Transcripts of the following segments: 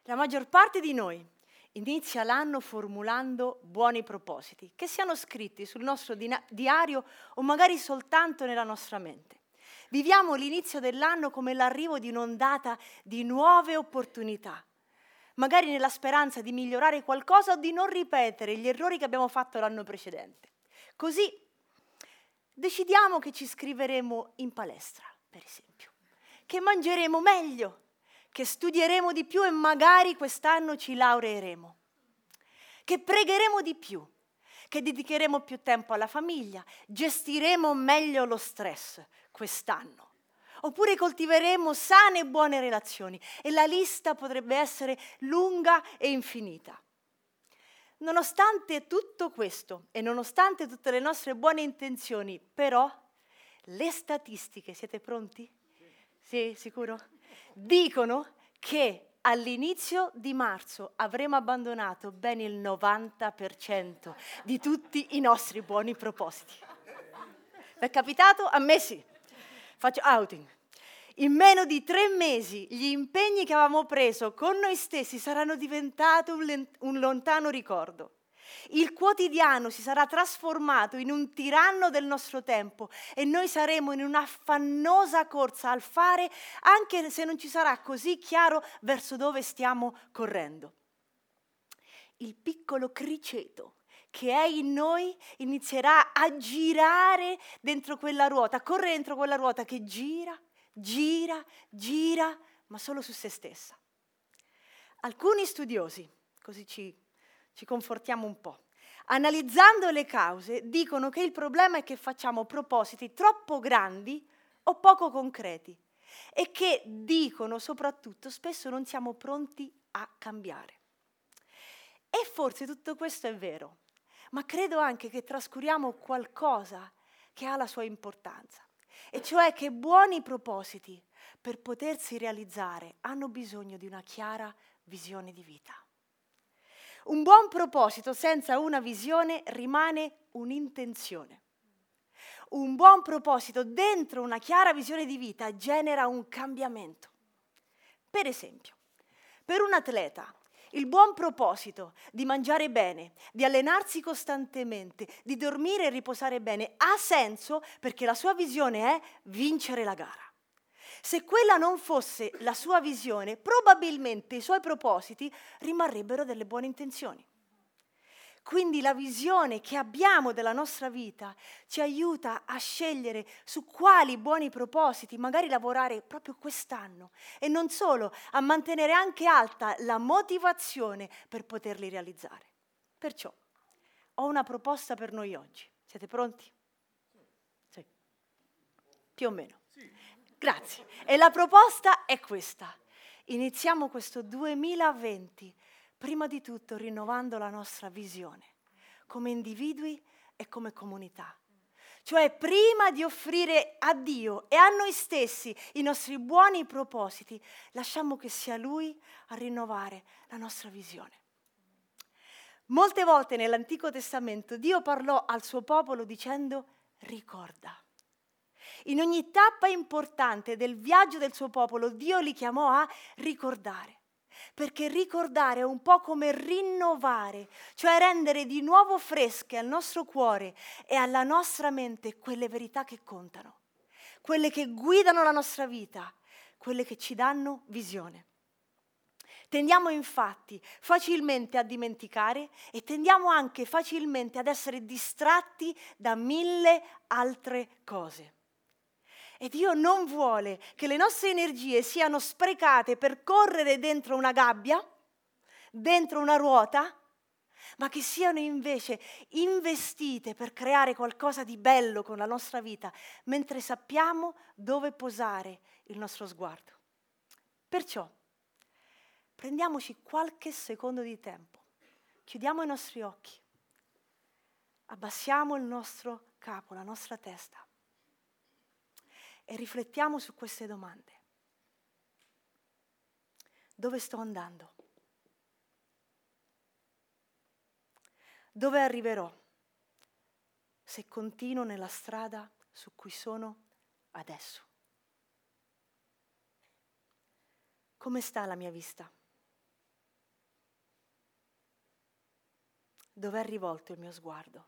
La maggior parte di noi inizia l'anno formulando buoni propositi, che siano scritti sul nostro diario o magari soltanto nella nostra mente. Viviamo l'inizio dell'anno come l'arrivo di un'ondata di nuove opportunità, magari nella speranza di migliorare qualcosa o di non ripetere gli errori che abbiamo fatto l'anno precedente. Così decidiamo che ci iscriveremo in palestra, per esempio, che mangeremo meglio, che studieremo di più e magari quest'anno ci laureeremo, che pregheremo di più, che dedicheremo più tempo alla famiglia, gestiremo meglio lo stress quest'anno, oppure coltiveremo sane e buone relazioni e la lista potrebbe essere lunga e infinita. Nonostante tutto questo e nonostante tutte le nostre buone intenzioni, però, le statistiche, siete pronti? Sì, sicuro? Dicono che all'inizio di marzo avremo abbandonato ben il 90% di tutti i nostri buoni propositi. Vi è capitato? A me sì. Faccio outing. In meno di 3 mesi gli impegni che avevamo preso con noi stessi saranno diventati un lontano ricordo. Il quotidiano si sarà trasformato in un tiranno del nostro tempo e noi saremo in un'affannosa corsa al fare, anche se non ci sarà così chiaro verso dove stiamo correndo. Il piccolo criceto che è in noi inizierà a girare dentro quella ruota, a correre dentro quella ruota che gira, ma solo su se stessa. Alcuni studiosi, così ci confortiamo un po', analizzando le cause, dicono che il problema è che facciamo propositi troppo grandi o poco concreti e che, dicono soprattutto, spesso non siamo pronti a cambiare. E forse tutto questo è vero, ma credo anche che trascuriamo qualcosa che ha la sua importanza, e cioè che buoni propositi, per potersi realizzare, hanno bisogno di una chiara visione di vita. Un buon proposito senza una visione rimane un'intenzione. Un buon proposito dentro una chiara visione di vita genera un cambiamento. Per esempio, per un atleta, il buon proposito di mangiare bene, di allenarsi costantemente, di dormire e riposare bene ha senso perché la sua visione è vincere la gara. Se quella non fosse la sua visione, probabilmente i suoi propositi rimarrebbero delle buone intenzioni. Quindi la visione che abbiamo della nostra vita ci aiuta a scegliere su quali buoni propositi magari lavorare proprio quest'anno e non solo, a mantenere anche alta la motivazione per poterli realizzare. Perciò ho una proposta per noi oggi. Siete pronti? Sì. Più o meno. Grazie. E la proposta è questa. Iniziamo questo 2020, prima di tutto rinnovando la nostra visione, come individui e come comunità. Cioè, prima di offrire a Dio e a noi stessi i nostri buoni propositi, lasciamo che sia Lui a rinnovare la nostra visione. Molte volte nell'Antico Testamento Dio parlò al suo popolo dicendo: ricorda. In ogni tappa importante del viaggio del suo popolo, Dio li chiamò a ricordare. Perché ricordare è un po' come rinnovare, cioè rendere di nuovo fresche al nostro cuore e alla nostra mente quelle verità che contano, quelle che guidano la nostra vita, quelle che ci danno visione. Tendiamo infatti facilmente a dimenticare e tendiamo anche facilmente ad essere distratti da 1000 altre cose. E Dio non vuole che le nostre energie siano sprecate per correre dentro una gabbia, dentro una ruota, ma che siano invece investite per creare qualcosa di bello con la nostra vita, mentre sappiamo dove posare il nostro sguardo. Perciò, prendiamoci qualche secondo di tempo, chiudiamo i nostri occhi, abbassiamo il nostro capo, la nostra testa, e riflettiamo su queste domande. Dove sto andando? Dove arriverò se continuo nella strada su cui sono adesso? Come sta la mia vista? dov'è rivolto il mio sguardo.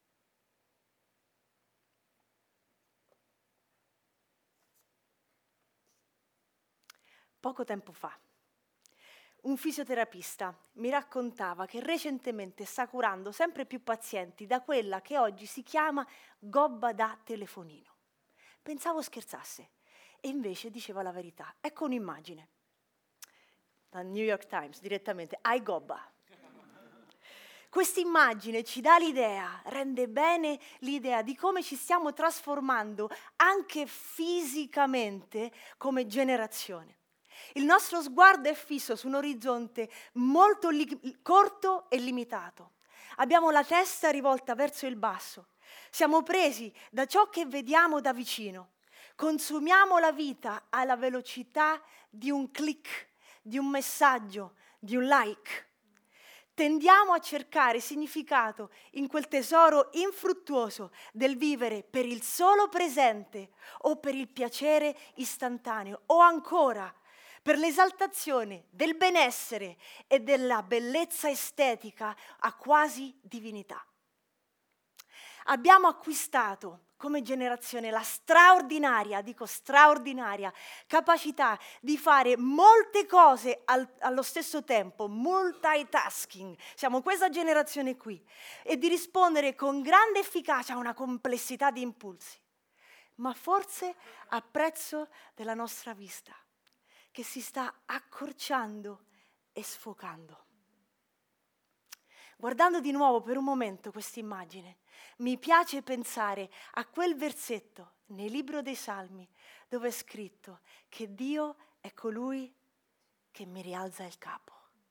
Poco tempo fa, un fisioterapista mi raccontava che recentemente sta curando sempre più pazienti da quella che oggi si chiama gobba da telefonino. Pensavo scherzasse e invece diceva la verità. Ecco un'immagine, dal New York Times direttamente, ai gobba. Quest'immagine ci dà l'idea, rende bene l'idea di come ci stiamo trasformando anche fisicamente come generazione. Il nostro sguardo è fisso su un orizzonte molto corto e limitato. Abbiamo la testa rivolta verso il basso. Siamo presi da ciò che vediamo da vicino. Consumiamo la vita alla velocità di un click, di un messaggio, di un like. Tendiamo a cercare significato in quel tesoro infruttuoso del vivere per il solo presente o per il piacere istantaneo o ancora per l'esaltazione del benessere e della bellezza estetica a quasi divinità. Abbiamo acquistato come generazione la straordinaria capacità di fare molte cose allo stesso tempo, multitasking. Siamo questa generazione qui e di rispondere con grande efficacia a una complessità di impulsi, ma forse a prezzo della nostra vista, che si sta accorciando e sfocando. Guardando di nuovo per un momento quest'immagine, mi piace pensare a quel versetto nel libro dei Salmi dove è scritto che Dio è colui che mi rialza il capo.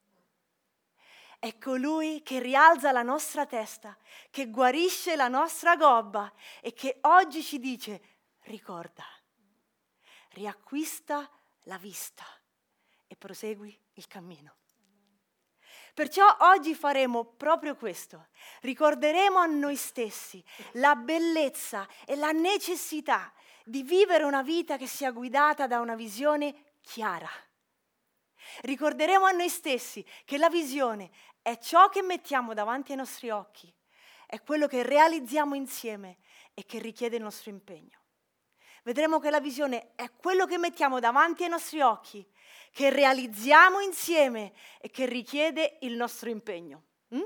È colui che rialza la nostra testa, che guarisce la nostra gobba e che oggi ci dice: ricorda, riacquista la vista e prosegui il cammino. Perciò oggi faremo proprio questo. Ricorderemo a noi stessi la bellezza e la necessità di vivere una vita che sia guidata da una visione chiara. Ricorderemo a noi stessi che la visione è ciò che mettiamo davanti ai nostri occhi, è quello che realizziamo insieme e che richiede il nostro impegno. Vedremo che la visione è quello che mettiamo davanti ai nostri occhi, che realizziamo insieme e che richiede il nostro impegno.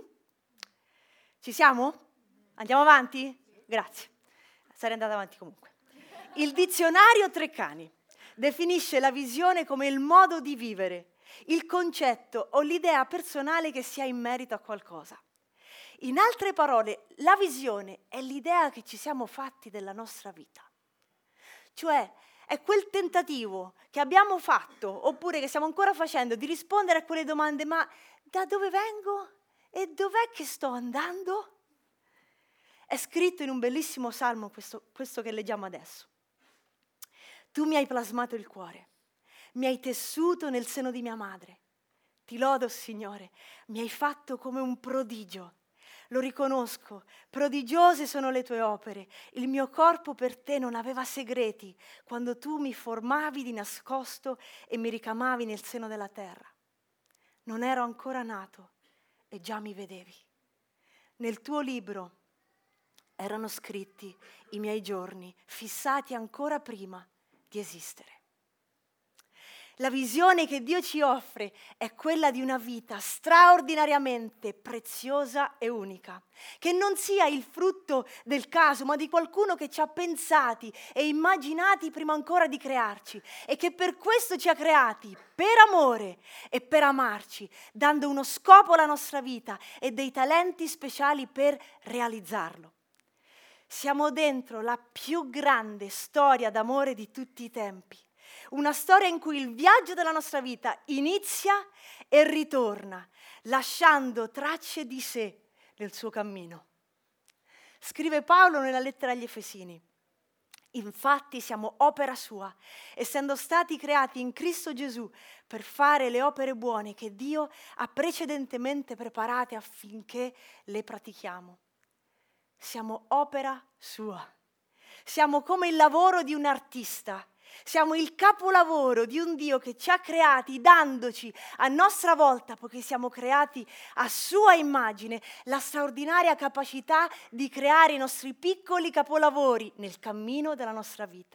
Ci siamo? Andiamo avanti? Grazie. Sarei andata avanti comunque. Il dizionario Treccani definisce la visione come il modo di vivere, il concetto o l'idea personale che si ha in merito a qualcosa. In altre parole, la visione è l'idea che ci siamo fatti della nostra vita. Cioè, è quel tentativo che abbiamo fatto, oppure che stiamo ancora facendo, di rispondere a quelle domande: ma da dove vengo e dov'è che sto andando? È scritto in un bellissimo salmo questo che leggiamo adesso. Tu mi hai plasmato il cuore, mi hai tessuto nel seno di mia madre. Ti lodo, Signore, mi hai fatto come un prodigio. Lo riconosco, prodigiose sono le tue opere. Il mio corpo per te non aveva segreti quando tu mi formavi di nascosto e mi ricamavi nel seno della terra. Non ero ancora nato e già mi vedevi. Nel tuo libro erano scritti i miei giorni, fissati ancora prima di esistere. La visione che Dio ci offre è quella di una vita straordinariamente preziosa e unica, che non sia il frutto del caso, ma di qualcuno che ci ha pensati e immaginati prima ancora di crearci e che per questo ci ha creati per amore e per amarci, dando uno scopo alla nostra vita e dei talenti speciali per realizzarlo. Siamo dentro la più grande storia d'amore di tutti i tempi. Una storia in cui il viaggio della nostra vita inizia e ritorna, lasciando tracce di sé nel suo cammino. Scrive Paolo nella lettera agli Efesini: infatti siamo opera sua, essendo stati creati in Cristo Gesù per fare le opere buone che Dio ha precedentemente preparate affinché le pratichiamo. Siamo opera sua. Siamo come il lavoro di un artista Siamo il capolavoro di un Dio che ci ha creati dandoci a nostra volta, poiché siamo creati a sua immagine, la straordinaria capacità di creare i nostri piccoli capolavori nel cammino della nostra vita.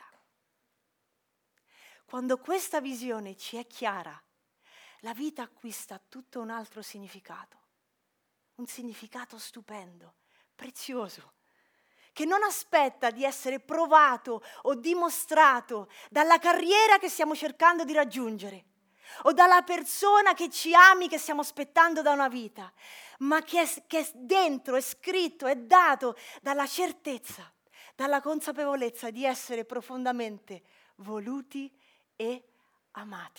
Quando questa visione ci è chiara, la vita acquista tutto un altro significato, un significato stupendo, prezioso, che non aspetta di essere provato o dimostrato dalla carriera che stiamo cercando di raggiungere o dalla persona che ci ami, che stiamo aspettando da una vita, ma che è dentro, è scritto, è dato dalla certezza, dalla consapevolezza di essere profondamente voluti e amati.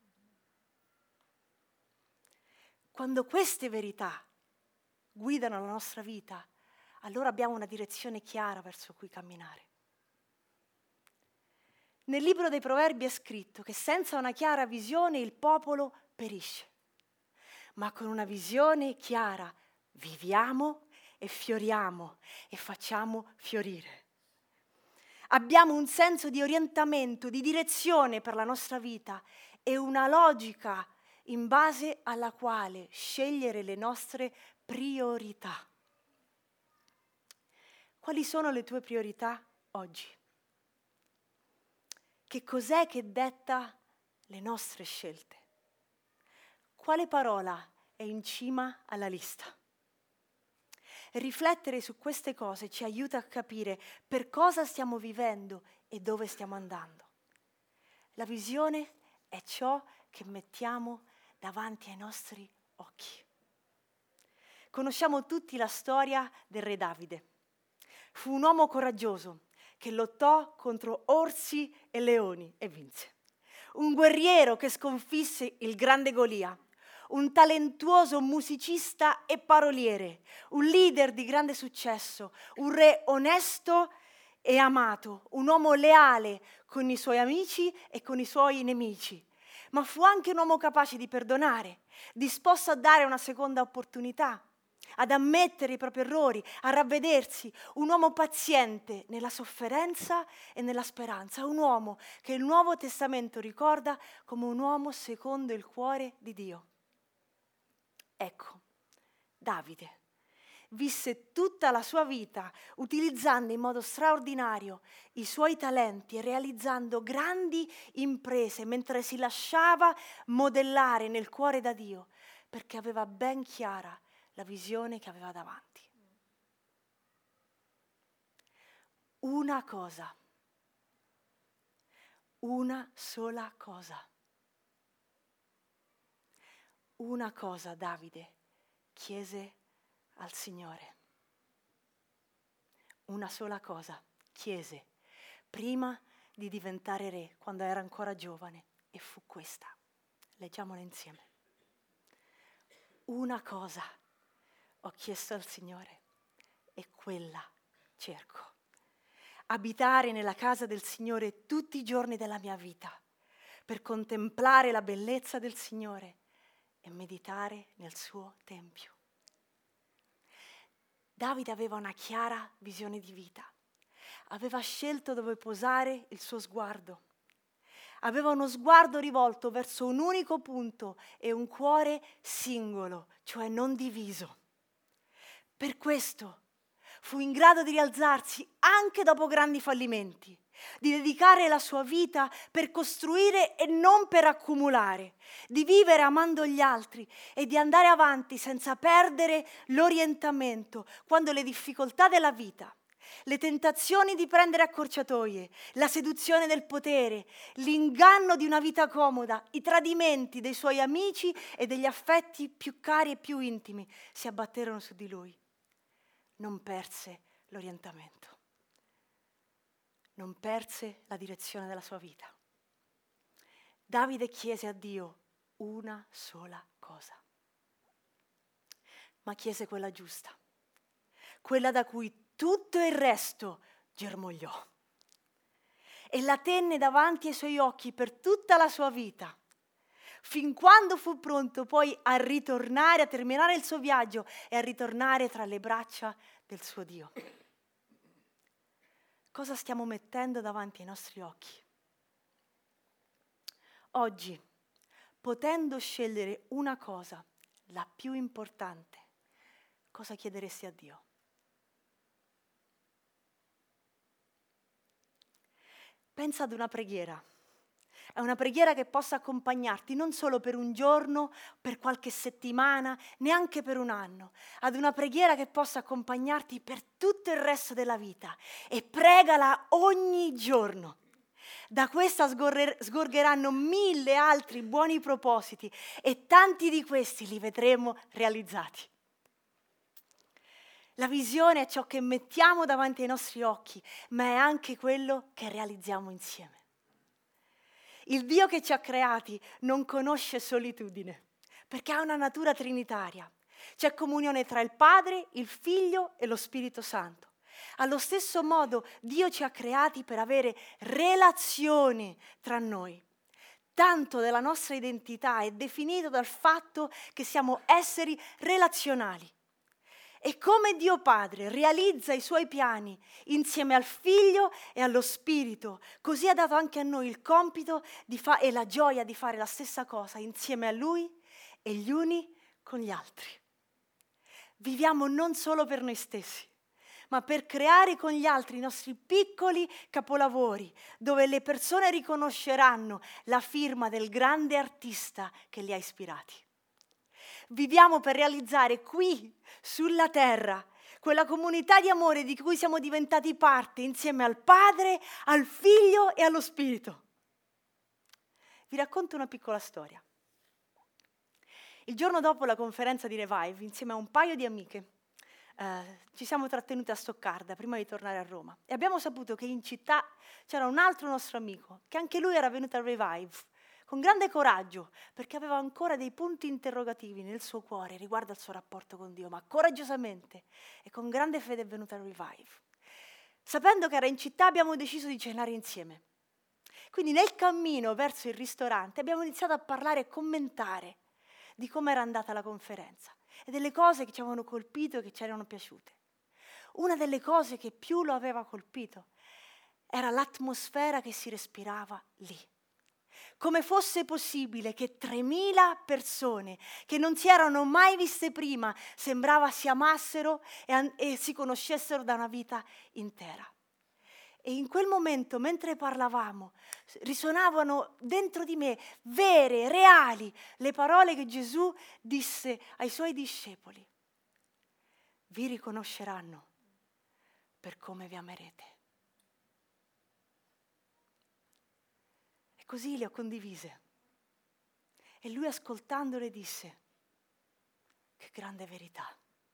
Quando queste verità guidano la nostra vita, allora abbiamo una direzione chiara verso cui camminare. Nel libro dei Proverbi è scritto che senza una chiara visione il popolo perisce, ma con una visione chiara viviamo e fioriamo e facciamo fiorire. Abbiamo un senso di orientamento, di direzione per la nostra vita e una logica in base alla quale scegliere le nostre priorità. Quali sono le tue priorità oggi? Che cos'è che detta le nostre scelte? Quale parola è in cima alla lista? Riflettere su queste cose ci aiuta a capire per cosa stiamo vivendo e dove stiamo andando. La visione è ciò che mettiamo davanti ai nostri occhi. Conosciamo tutti la storia del re Davide. Fu un uomo coraggioso che lottò contro orsi e leoni e vinse. Un guerriero che sconfisse il grande Golia. Un talentuoso musicista e paroliere. Un leader di grande successo. Un re onesto e amato. Un uomo leale con i suoi amici e con i suoi nemici. Ma fu anche un uomo capace di perdonare, disposto a dare una seconda opportunità, ad ammettere i propri errori, a ravvedersi, un uomo paziente nella sofferenza e nella speranza, un uomo che il Nuovo Testamento ricorda come un uomo secondo il cuore di Dio. Ecco, Davide visse tutta la sua vita utilizzando in modo straordinario i suoi talenti e realizzando grandi imprese mentre si lasciava modellare nel cuore da Dio, perché aveva ben chiara la visione che aveva davanti. Una cosa, una sola cosa. Una cosa Davide chiese al Signore. Una sola cosa chiese prima di diventare re, quando era ancora giovane, e fu questa. Leggiamola insieme. Una cosa ho chiesto al Signore e quella cerco. Abitare nella casa del Signore tutti i giorni della mia vita, per contemplare la bellezza del Signore e meditare nel suo tempio. Davide aveva una chiara visione di vita. Aveva scelto dove posare il suo sguardo. Aveva uno sguardo rivolto verso un unico punto e un cuore singolo, cioè non diviso. Per questo fu in grado di rialzarsi anche dopo grandi fallimenti, di dedicare la sua vita per costruire e non per accumulare, di vivere amando gli altri e di andare avanti senza perdere l'orientamento quando le difficoltà della vita, le tentazioni di prendere accorciatoie, la seduzione del potere, l'inganno di una vita comoda, i tradimenti dei suoi amici e degli affetti più cari e più intimi si abbatterono su di lui. Non perse l'orientamento. Non perse la direzione della sua vita. Davide chiese a Dio una sola cosa, ma chiese quella giusta, quella da cui tutto il resto germogliò. E la tenne davanti ai suoi occhi per tutta la sua vita, fin quando fu pronto poi a ritornare, a terminare il suo viaggio e a ritornare tra le braccia del suo Dio. Cosa stiamo mettendo davanti ai nostri occhi? Oggi, potendo scegliere una cosa, la più importante, cosa chiederesti a Dio? Pensa ad una preghiera. È una preghiera che possa accompagnarti non solo per un giorno, per qualche settimana, neanche per un anno, ad una preghiera che possa accompagnarti per tutto il resto della vita e pregala ogni giorno. Da questa sgorgeranno 1000 altri buoni propositi e tanti di questi li vedremo realizzati. La visione è ciò che mettiamo davanti ai nostri occhi, ma è anche quello che realizziamo insieme. Il Dio che ci ha creati non conosce solitudine, perché ha una natura trinitaria. C'è comunione tra il Padre, il Figlio e lo Spirito Santo. Allo stesso modo Dio ci ha creati per avere relazione tra noi. Tanto della nostra identità è definito dal fatto che siamo esseri relazionali. E come Dio Padre realizza i suoi piani insieme al Figlio e allo Spirito, così ha dato anche a noi il compito e la gioia di fare la stessa cosa insieme a Lui e gli uni con gli altri. Viviamo non solo per noi stessi, ma per creare con gli altri i nostri piccoli capolavori, dove le persone riconosceranno la firma del grande artista che li ha ispirati. Viviamo per realizzare qui, sulla terra, quella comunità di amore di cui siamo diventati parte insieme al Padre, al Figlio e allo Spirito. Vi racconto una piccola storia. Il giorno dopo la conferenza di Revive, insieme a un paio di amiche, ci siamo trattenute a Stoccarda prima di tornare a Roma e abbiamo saputo che in città c'era un altro nostro amico, che anche lui era venuto a Revive, con grande coraggio, perché aveva ancora dei punti interrogativi nel suo cuore riguardo al suo rapporto con Dio, ma coraggiosamente e con grande fede è venuto a Revive. Sapendo che era in città abbiamo deciso di cenare insieme. Quindi nel cammino verso il ristorante abbiamo iniziato a parlare e commentare di come era andata la conferenza e delle cose che ci avevano colpito e che ci erano piaciute. Una delle cose che più lo aveva colpito era l'atmosfera che si respirava lì. Come fosse possibile che 3000 persone che non si erano mai viste prima sembrava si amassero e si conoscessero da una vita intera. E in quel momento, mentre parlavamo, risuonavano dentro di me, vere, reali, le parole che Gesù disse ai suoi discepoli. Vi riconosceranno per come vi amerete. E così le ho condivise. E lui ascoltandole disse, che grande verità.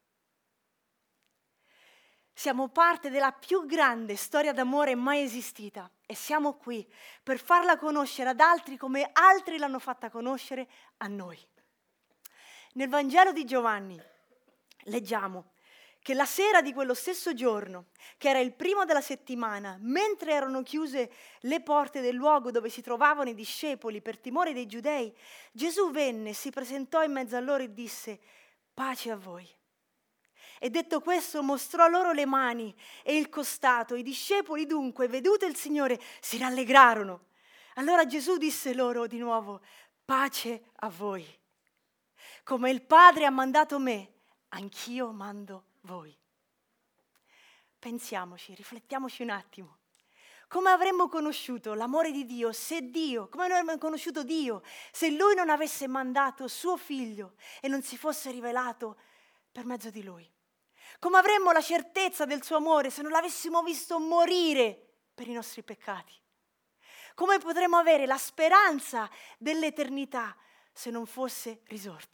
Siamo parte della più grande storia d'amore mai esistita e siamo qui per farla conoscere ad altri come altri l'hanno fatta conoscere a noi. Nel Vangelo di Giovanni leggiamo che la sera di quello stesso giorno, che era il primo della settimana, mentre erano chiuse le porte del luogo dove si trovavano i discepoli per timore dei giudei, Gesù venne, si presentò in mezzo a loro e disse, pace a voi. E detto questo mostrò loro le mani e il costato. I discepoli dunque, veduto il Signore, si rallegrarono. Allora Gesù disse loro di nuovo, pace a voi. Come il Padre ha mandato me, anch'io mando voi. Pensiamoci, riflettiamoci un attimo. Come avremmo conosciuto l'amore di Dio come avremmo conosciuto Dio se Lui non avesse mandato suo Figlio e non si fosse rivelato per mezzo di Lui? Come avremmo la certezza del suo amore se non l'avessimo visto morire per i nostri peccati? Come potremmo avere la speranza dell'eternità se non fosse risorto?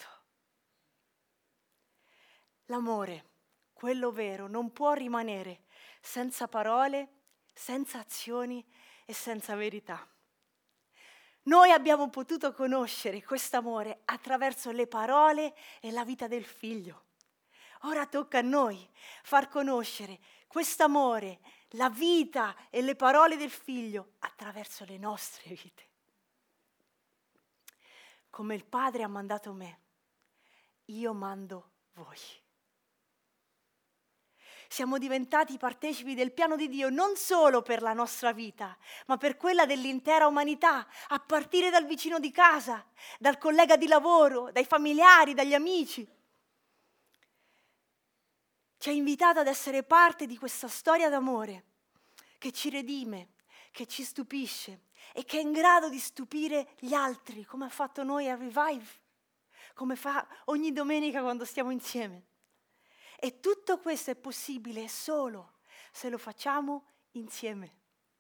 L'amore, quello vero, non può rimanere senza parole, senza azioni e senza verità. Noi abbiamo potuto conoscere quest'amore attraverso le parole e la vita del Figlio. Ora tocca a noi far conoscere quest'amore, la vita e le parole del Figlio attraverso le nostre vite. Come il Padre ha mandato me, io mando voi. Siamo diventati partecipi del piano di Dio non solo per la nostra vita, ma per quella dell'intera umanità, a partire dal vicino di casa, dal collega di lavoro, dai familiari, dagli amici. Ci ha invitato ad essere parte di questa storia d'amore che ci redime, che ci stupisce e che è in grado di stupire gli altri, come ha fatto noi a Revive, come fa ogni domenica quando stiamo insieme. E tutto questo è possibile solo se lo facciamo insieme.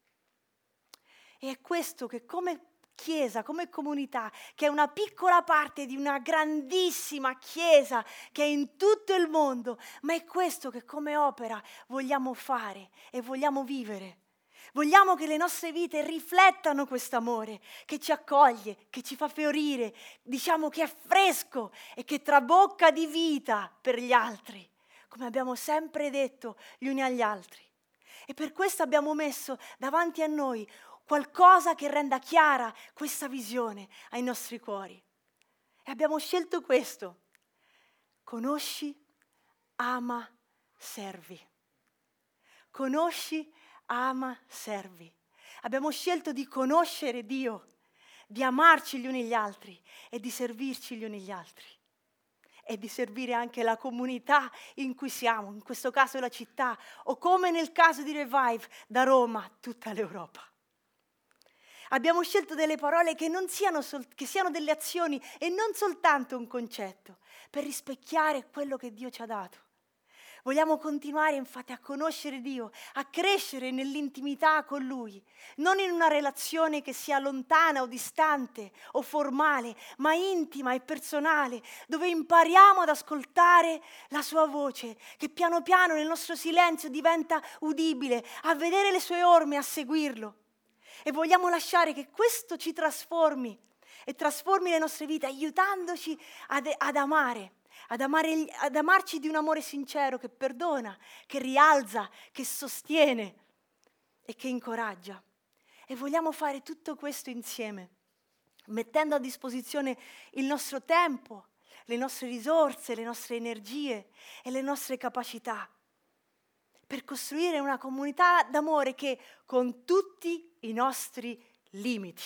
E è questo che come Chiesa, come comunità, che è una piccola parte di una grandissima Chiesa che è in tutto il mondo, ma è questo che come opera vogliamo fare e vogliamo vivere. Vogliamo che le nostre vite riflettano questo amore, che ci accoglie, che ci fa fiorire, diciamo che è fresco e che trabocca di vita per gli altri, come abbiamo sempre detto gli uni agli altri. E per questo abbiamo messo davanti a noi qualcosa che renda chiara questa visione ai nostri cuori. E abbiamo scelto questo: conosci, ama, servi. Conosci, ama, servi. Abbiamo scelto di conoscere Dio, di amarci gli uni gli altri e di servirci gli uni gli altri. E di servire anche la comunità in cui siamo, in questo caso la città, o come nel caso di Revive, da Roma a tutta l'Europa. Abbiamo scelto delle parole che siano delle azioni e non soltanto un concetto, per rispecchiare quello che Dio ci ha dato. Vogliamo continuare infatti a conoscere Dio, a crescere nell'intimità con Lui, non in una relazione che sia lontana o distante o formale, ma intima e personale, dove impariamo ad ascoltare la Sua voce, che piano piano nel nostro silenzio diventa udibile, a vedere le Sue orme, a seguirlo. E vogliamo lasciare che questo ci trasformi e trasformi le nostre vite, aiutandoci ad amarci di un amore sincero che perdona, che rialza, che sostiene e che incoraggia. E vogliamo fare tutto questo insieme, mettendo a disposizione il nostro tempo, le nostre risorse, le nostre energie e le nostre capacità, per costruire una comunità d'amore che, con tutti i nostri limiti,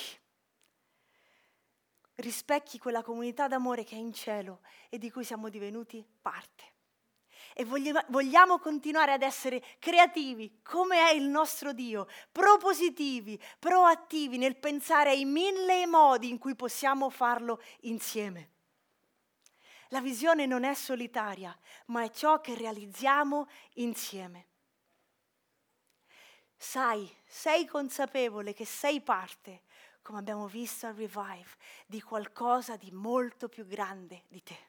rispecchi quella comunità d'amore che è in cielo e di cui siamo divenuti parte. E vogliamo continuare ad essere creativi, come è il nostro Dio, propositivi, proattivi nel pensare ai 1000 modi in cui possiamo farlo insieme. La visione non è solitaria, ma è ciò che realizziamo insieme. Sei consapevole che sei parte, come abbiamo visto al Revive, di qualcosa di molto più grande di te.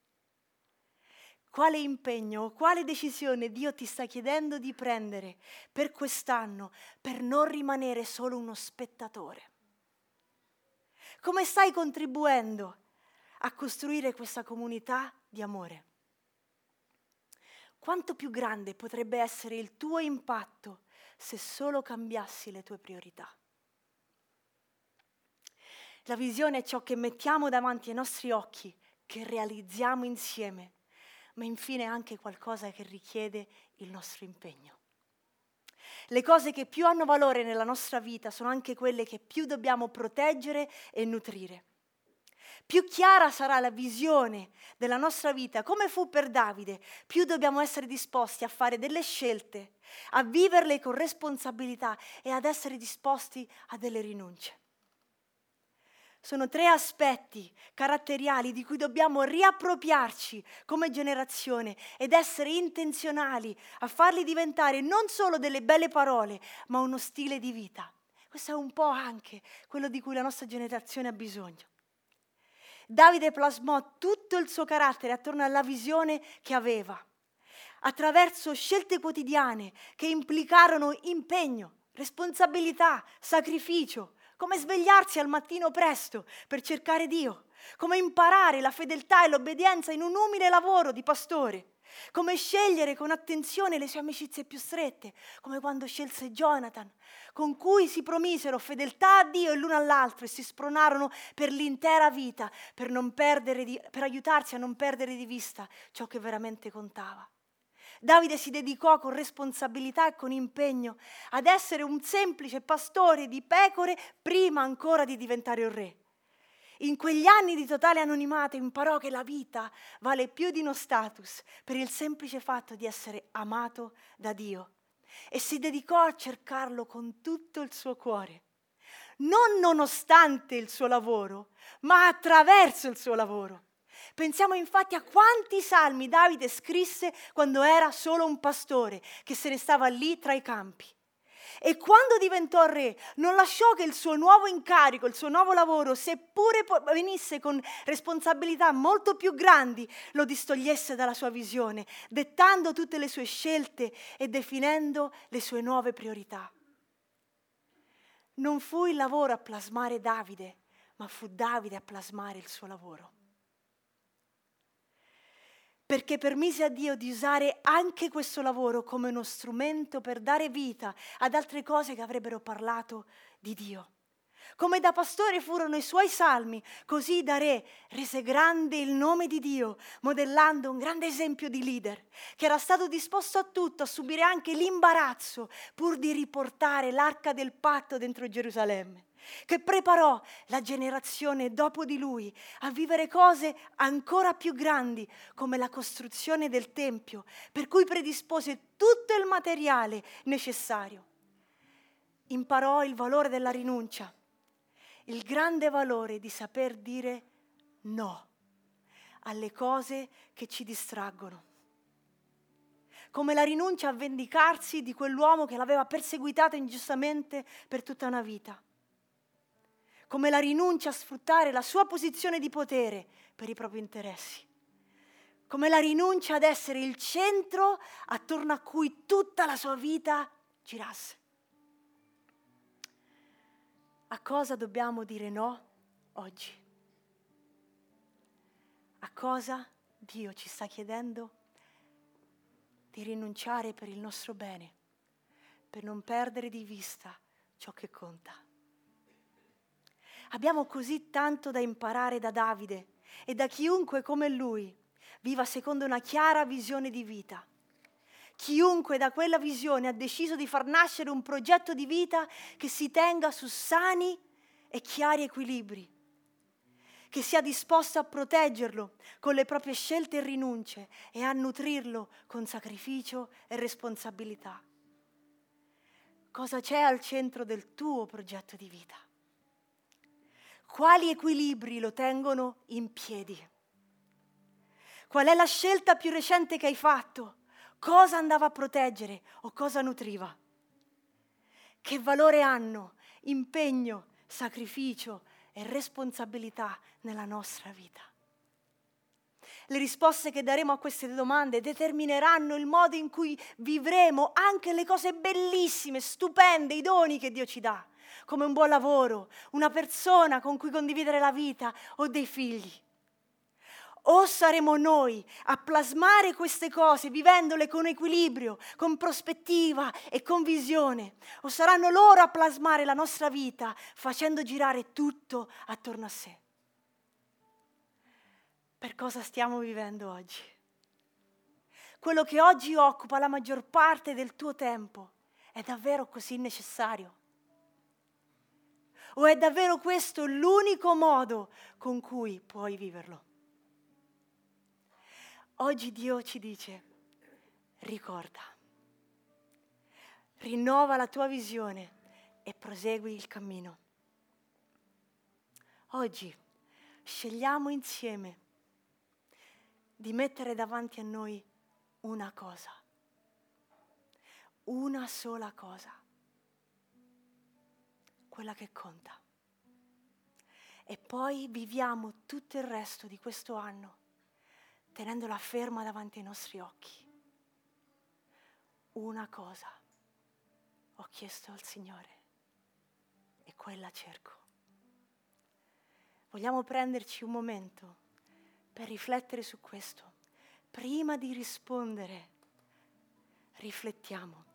Quale impegno, quale decisione Dio ti sta chiedendo di prendere per quest'anno per non rimanere solo uno spettatore? Come stai contribuendo a costruire questa comunità di amore? Quanto più grande potrebbe essere il tuo impatto se solo cambiassi le tue priorità? La visione è ciò che mettiamo davanti ai nostri occhi, che realizziamo insieme, ma infine è anche qualcosa che richiede il nostro impegno. Le cose che più hanno valore nella nostra vita sono anche quelle che più dobbiamo proteggere e nutrire. Più chiara sarà la visione della nostra vita, come fu per Davide, più dobbiamo essere disposti a fare delle scelte, a viverle con responsabilità e ad essere disposti a delle rinunce. Sono 3 aspetti caratteriali di cui dobbiamo riappropriarci come generazione ed essere intenzionali a farli diventare non solo delle belle parole, ma uno stile di vita. Questo è un po' anche quello di cui la nostra generazione ha bisogno. Davide plasmò tutto il suo carattere attorno alla visione che aveva, attraverso scelte quotidiane che implicarono impegno, responsabilità, sacrificio, come svegliarsi al mattino presto per cercare Dio, come imparare la fedeltà e l'obbedienza in un umile lavoro di pastore, come scegliere con attenzione le sue amicizie più strette, come quando scelse Jonathan, con cui si promisero fedeltà a Dio e l'uno all'altro e si spronarono per l'intera vita per aiutarsi a non perdere di vista ciò che veramente contava. Davide si dedicò con responsabilità e con impegno ad essere un semplice pastore di pecore prima ancora di diventare un re. In quegli anni di totale anonimato imparò che la vita vale più di uno status per il semplice fatto di essere amato da Dio e si dedicò a cercarlo con tutto il suo cuore, non nonostante il suo lavoro, ma attraverso il suo lavoro. Pensiamo infatti a quanti salmi Davide scrisse quando era solo un pastore che se ne stava lì tra i campi. E quando diventò re non lasciò che il suo nuovo incarico, il suo nuovo lavoro, seppure venisse con responsabilità molto più grandi, lo distogliesse dalla sua visione, dettando tutte le sue scelte e definendo le sue nuove priorità. Non fu il lavoro a plasmare Davide, ma fu Davide a plasmare il suo lavoro. Perché permise a Dio di usare anche questo lavoro come uno strumento per dare vita ad altre cose che avrebbero parlato di Dio. Come da pastore furono i suoi salmi, così da re rese grande il nome di Dio, modellando un grande esempio di leader, che era stato disposto a tutto, a subire anche l'imbarazzo, pur di riportare l'arca del patto dentro Gerusalemme, che preparò la generazione dopo di lui a vivere cose ancora più grandi, come la costruzione del Tempio, per cui predispose tutto il materiale necessario. Imparò il valore della rinuncia, il grande valore di saper dire no alle cose che ci distraggono. Come la rinuncia a vendicarsi di quell'uomo che l'aveva perseguitata ingiustamente per tutta una vita. Come la rinuncia a sfruttare la sua posizione di potere per i propri interessi. Come la rinuncia ad essere il centro attorno a cui tutta la sua vita girasse. A cosa dobbiamo dire no oggi? A cosa Dio ci sta chiedendo di rinunciare per il nostro bene, per non perdere di vista ciò che conta? Abbiamo così tanto da imparare da Davide e da chiunque come lui viva secondo una chiara visione di vita. Chiunque da quella visione ha deciso di far nascere un progetto di vita che si tenga su sani e chiari equilibri, che sia disposto a proteggerlo con le proprie scelte e rinunce e a nutrirlo con sacrificio e responsabilità. Cosa c'è al centro del tuo progetto di vita? Quali equilibri lo tengono in piedi? Qual è la scelta più recente che hai fatto? Cosa andava a proteggere o cosa nutriva? Che valore hanno impegno, sacrificio e responsabilità nella nostra vita? Le risposte che daremo a queste domande determineranno il modo in cui vivremo anche le cose bellissime, stupende, i doni che Dio ci dà, come un buon lavoro, una persona con cui condividere la vita o dei figli. O saremo noi a plasmare queste cose vivendole con equilibrio, con prospettiva e con visione, o saranno loro a plasmare la nostra vita facendo girare tutto attorno a sé. Per cosa stiamo vivendo oggi? Quello che oggi occupa la maggior parte del tuo tempo è davvero così necessario? O è davvero questo l'unico modo con cui puoi viverlo? Oggi Dio ci dice, ricorda, rinnova la tua visione e prosegui il cammino. Oggi scegliamo insieme di mettere davanti a noi una cosa, una sola cosa, quella che conta. E poi viviamo tutto il resto di questo anno tenendola ferma davanti ai nostri occhi. Una cosa ho chiesto al Signore e quella cerco. Vogliamo prenderci un momento per riflettere su questo. Prima di rispondere, riflettiamo.